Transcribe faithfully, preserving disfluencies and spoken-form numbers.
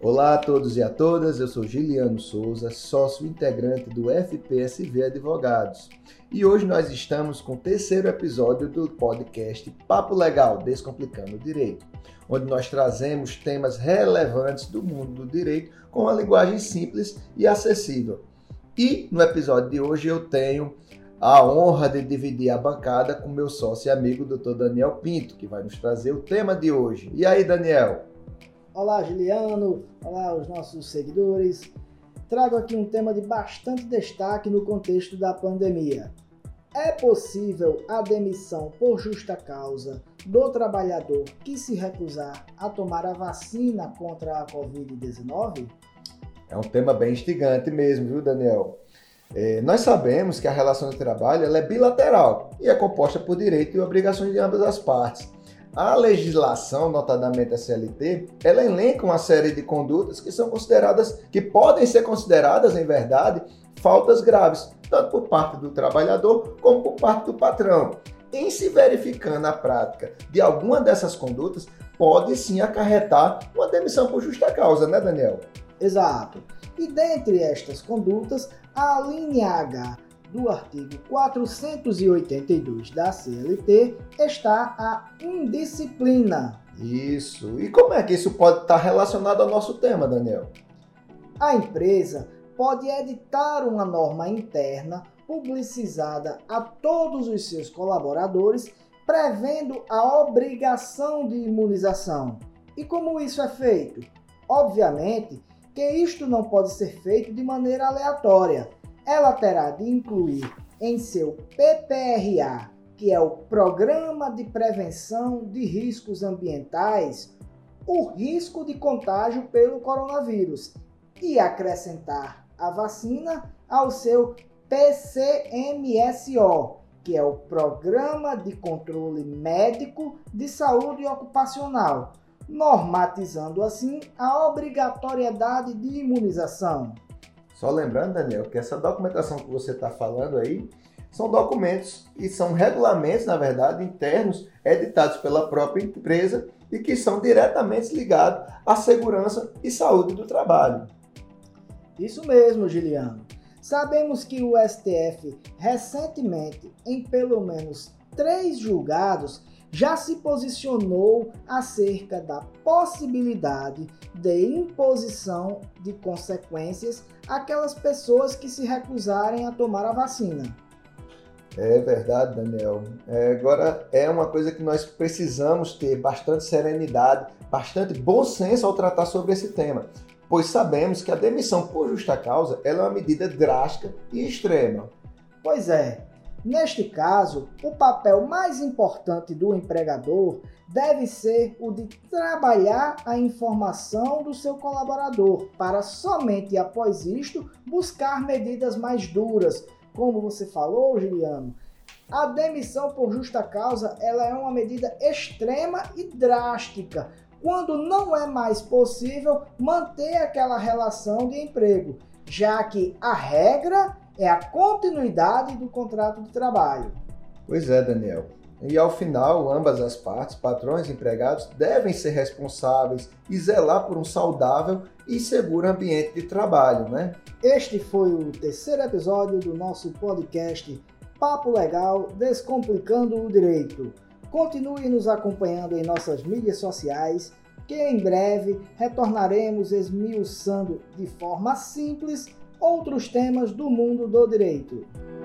Olá a todos e a todas, eu sou Giliano Souza, sócio integrante do F P S V Advogados. E hoje nós estamos com o terceiro episódio do podcast Papo Legal, Descomplicando o Direito, onde nós trazemos temas relevantes do mundo do direito com uma linguagem simples e acessível. E no episódio de hoje eu tenho a honra de dividir a bancada com meu sócio e amigo doutor Daniel Pinto, que vai nos trazer o tema de hoje. E aí, Daniel? Olá, Giliano. Olá, os nossos seguidores. Trago aqui um tema de bastante destaque no contexto da pandemia. É possível a demissão por justa causa do trabalhador que se recusar a tomar a vacina contra a covid dezenove? É um tema bem instigante mesmo, viu, Daniel? É, nós sabemos que a relação de trabalho ela é bilateral e é composta por direitos e obrigações de ambas as partes. A legislação, notadamente a C L T, ela elenca uma série de condutas que são consideradas, que podem ser consideradas, em verdade, faltas graves, tanto por parte do trabalhador como por parte do patrão. Em se verificando a prática de alguma dessas condutas, pode sim acarretar uma demissão por justa causa, né, Daniel? Exato. E dentre estas condutas, a linha H do artigo quatrocentos e oitenta e dois da C L T está a indisciplina. Isso. E como é que isso pode estar relacionado ao nosso tema, Daniel? A empresa pode editar uma norma interna publicizada a todos os seus colaboradores, prevendo a obrigação de imunização. E como isso é feito? Obviamente que isto não pode ser feito de maneira aleatória. Ela terá de incluir em seu P P R A, que é o Programa de Prevenção de Riscos Ambientais, o risco de contágio pelo coronavírus e acrescentar a vacina ao seu P C M S O, que é o Programa de Controle Médico de Saúde Ocupacional, normatizando assim a obrigatoriedade de imunização. Só lembrando, Daniel, que essa documentação que você está falando aí são documentos e são regulamentos, na verdade, internos, editados pela própria empresa e que são diretamente ligados à segurança e saúde do trabalho. Isso mesmo, Giliano. Sabemos que o S T F, recentemente, em pelo menos três julgados, já se posicionou acerca da possibilidade de imposição de consequências àquelas pessoas que se recusarem a tomar a vacina. É verdade, Daniel. É, agora, é uma coisa que nós precisamos ter bastante serenidade, bastante bom senso ao tratar sobre esse tema, pois sabemos que a demissão por justa causa ela é uma medida drástica e extrema. Pois é. Neste caso, o papel mais importante do empregador deve ser o de trabalhar a informação do seu colaborador, para somente após isto buscar medidas mais duras. Como você falou, Giliano, a demissão por justa causa ela é uma medida extrema e drástica, quando não é mais possível manter aquela relação de emprego, já que a regra é a continuidade do contrato de trabalho. Pois é, Daniel. E ao final, ambas as partes, patrões e empregados, devem ser responsáveis e zelar por um saudável e seguro ambiente de trabalho, né? Este foi o terceiro episódio do nosso podcast Papo Legal, Descomplicando o Direito. Continue nos acompanhando em nossas mídias sociais, que em breve retornaremos esmiuçando de forma simples outros temas do mundo do direito.